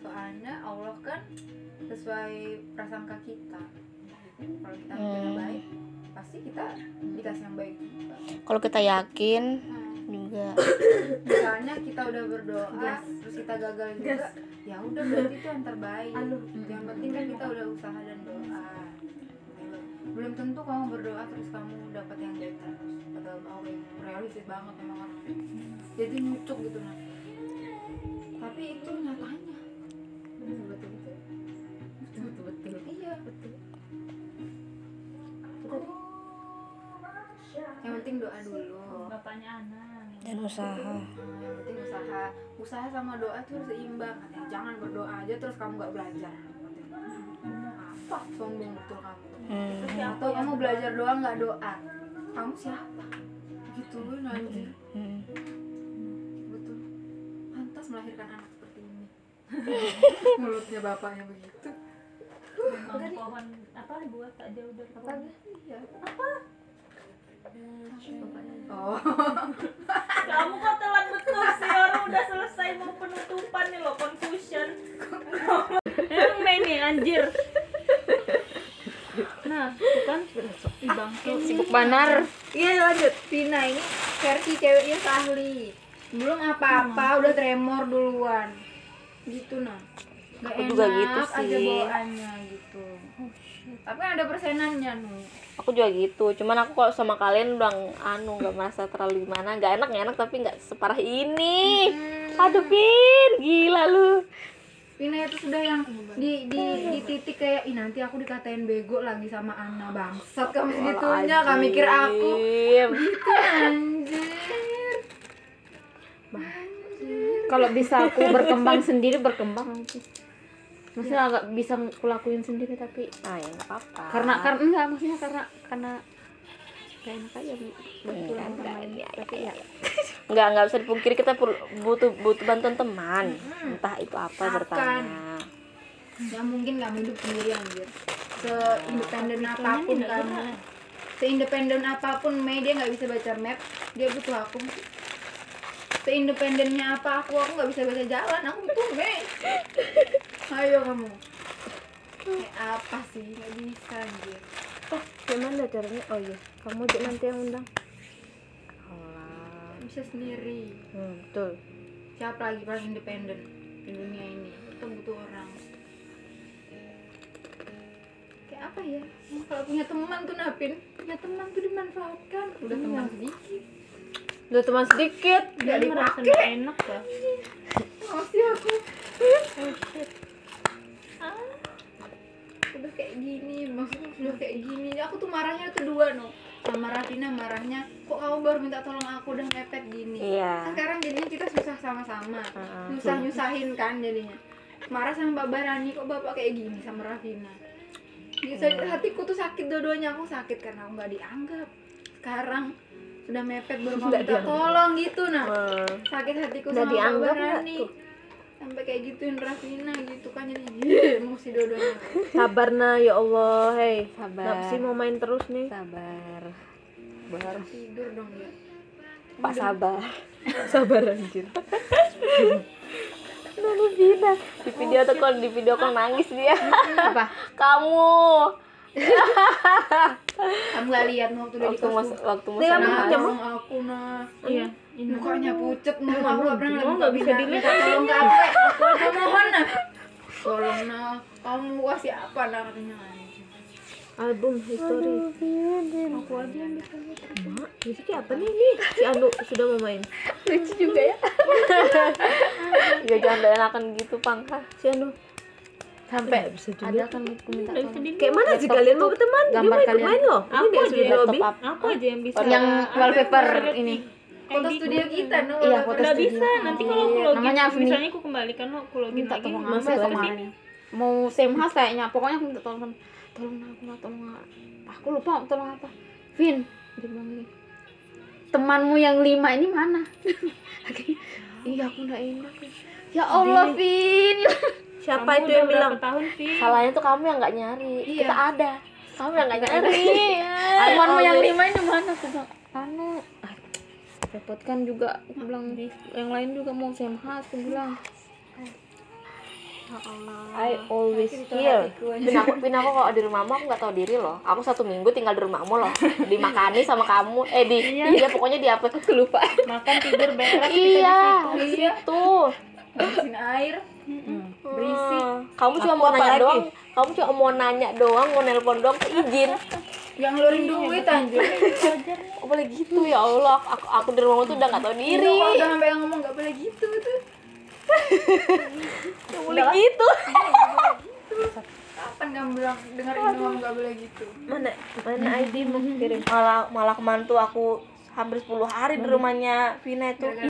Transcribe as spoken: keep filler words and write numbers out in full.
Soalnya Allah kan sesuai prasangka kita. Kalau kita mikirnya Hmm. baik, pasti kita dikasih yang baik juga. Kalau kita yakin Hmm. juga. Misalnya kita udah berdoa, terus kita gagal juga, ya udah berarti itu yang terbaik. Yang penting kan kita udah usaha dan doa. Belum tentu kamu berdoa terus kamu dapat yang baik terus. Padahal mau realistis banget emang orang. Jadi nyucuk gitu nah. Tapi itu nyatanya. betul betul betul betul betul Iya betul. Yang penting doa dulu. Bapaknya Ana Dan usaha. Nah, yang penting usaha. Usaha sama doa itu harus seimbang. Katanya, jangan berdoa aja terus kamu gak belajar. Katanya, apa? Sombong betul kamu. Hmm. Atau kamu belajar doa nggak doa, kamu siapa? Gitu anjir. Hmm. Betul. Pantas melahirkan anak seperti ini. Mulutnya bapaknya begitu. memang pohon apa buah tak jauh dari pohon. Iya. Apa? Oh. Kamu kok telat betul sih, orang udah selesai mau penutupan nih loh, conclusion. Emang main nih anjir. Nah, tuh kan ibang Sibuk banar. Iya lanjut. Vina ini versi ceweknya Sahli. Belum apa-apa udah tremor duluan. Gitu nah. Gak Aku enak juga gitu aja sih. bawaannya gitu. Tapi ada persenannya nih. Aku juga gitu, cuman aku kalau sama kalian udah anu nggak merasa terlalu gimana, nggak enak nggak enak tapi nggak separah ini. Aduh Pin, gila lu. Vina itu sudah yang di di di titik kayak ih nanti aku dikatain bego lagi sama Ana bangsat kamu segitunya gak mikir aku gitu anjir. kalau bisa aku berkembang sendiri berkembang aja maksudnya agak bisa kulakuin sendiri tapi Ah ya nggak apa-apa. karena karena enggak maksudnya karena karena gak enak aja buat Iya, orang enggak, lain iya, tapi ya nggak nggak bisa dipungkiri kita perlu butuh butuh bantuan teman, entah itu apa Akan. bertanya. Ya mungkin kamu hidup sendiri anjir. Seindependen apapun kamu, seindependen apapun Mei dia nggak bisa baca map, dia butuh aku. Seindependennya apa aku, aku nggak bisa baca jalan, aku butuh Mei. Ayo kamu. Kayak apa sih? Nggak bisa anjir. oh gimana caranya oh iya kamu aja nanti yang undang Allah. Bisa sendiri. Hmm, betul. Siapa lagi paling independen di dunia ini? Kita butuh orang. Kayak apa ya? Kalau punya teman tuh Napin, punya teman tuh dimanfaatkan. Udah teman sedikit. Udah teman sedikit. Nggak merasa dipakai. nggak enak ya. Masih aku. Udah kayak gini, maksudnya udah kayak gini. Aku tuh marahnya tuh dua no. Sama Rafina marahnya, kok kamu baru minta tolong aku udah mepet gini. Iya. Sekarang jadinya kita susah sama-sama, Heeh. susah nyusahin kan jadinya. Marah sama Mbak Barani, kok bapak kayak gini sama Rafina. Gitu, hatiku tuh sakit dua-duanya, aku sakit karena aku nggak dianggap. Sekarang sudah mepet baru mau minta tolong gitu nah. Hmm. Sakit hatiku Nggak sama Mbak dianggap nggak Barani. tuh? Sampai kayak gituin Rafina gitu kan jadi yeah, emosi dua-duanya. sabar nah ya Allah hei Sabar. kenapa sih mau main terus nih Sabar. Sabar. Tidur dong ya. Pak sabar. sabar anjir Lalu Vina di video call di video call nangis dia. Apa? Kamu Kamu gak lihat waktu udah di waktu mas kos waktu Dia mas mau tolong aku nah. Iya, ini Mukanya pucet nah, aku gak pernah Oh, lagi nggak bisa minta- dilihat. minta tolong ke aku. Aku aku mohon nah. Tolong nah, kamu kasih apa nah katanya anjing. album history Aku aja yang bisa mak Rizky apa nih nih si Anu sudah mau main lucu juga ya. Ya jangan enakan gitu Pangka. si Anu Sampai bisa ada dilihat kan aku minta Nggak bisa tolong. dilihat. kayak mana sih kalian mau berteman dia gambar mau ikut kalian. main loh ini Aku dia aja sudah di yang lobby laptop aku aja yang bisa. yang wallpaper Lihat ini. nih. Foto Di- studio kita no. Iya, wallpaper foto Nggak studio. bisa, nanti kalau aku login, Namanya Afni. misalnya aku kembalikan lo, aku login Minta lagi, tolong masuk apa ke kemarin? sini. Mau same house kayaknya. Pokoknya aku minta tolong sama tolong aku nggak tolong nggak. Aku lupa tolong apa. Vin, dia bilang gini. Temanmu yang lima ini mana? Iya aku nggak enak. Ya Allah Vin. siapa Kamu itu udah yang bilang berapa tahun sih? Salahnya tuh kamu yang nggak nyari. Iya. Kita ada. Kamu yang nggak nyari. Temanmu yang Always. lima ini mana? Aku bilang anu. ah, Repot kan juga. Aku bilang yang lain juga mau same house. Aku bilang I always here. Pin aku, pin aku kalau di rumahmu aku nggak tahu diri loh. Aku satu minggu tinggal di rumahmu loh. Dimakani sama kamu. Eh di, iya pokoknya di apa? Aku lupa. Makan tidur berak. Iya, di situ. Bersihin air. Berisik. Kamu cuma mau nanya doang. Kamu cuma mau nanya doang, mau nelpon doang, izin. Yang ngeluarin duit anjir. Oh, boleh gitu ya Allah. Aku aku di rumahmu tuh udah nggak tahu diri. Kalau udah sampai ngomong nggak boleh gitu tuh. Nggak boleh gitu. Kapan kamu bilang dengerin ngomong nggak boleh gitu? Mana mana I D mu kirim. Malah malah kemarin tuh aku hampir sepuluh hari di rumahnya Vina itu.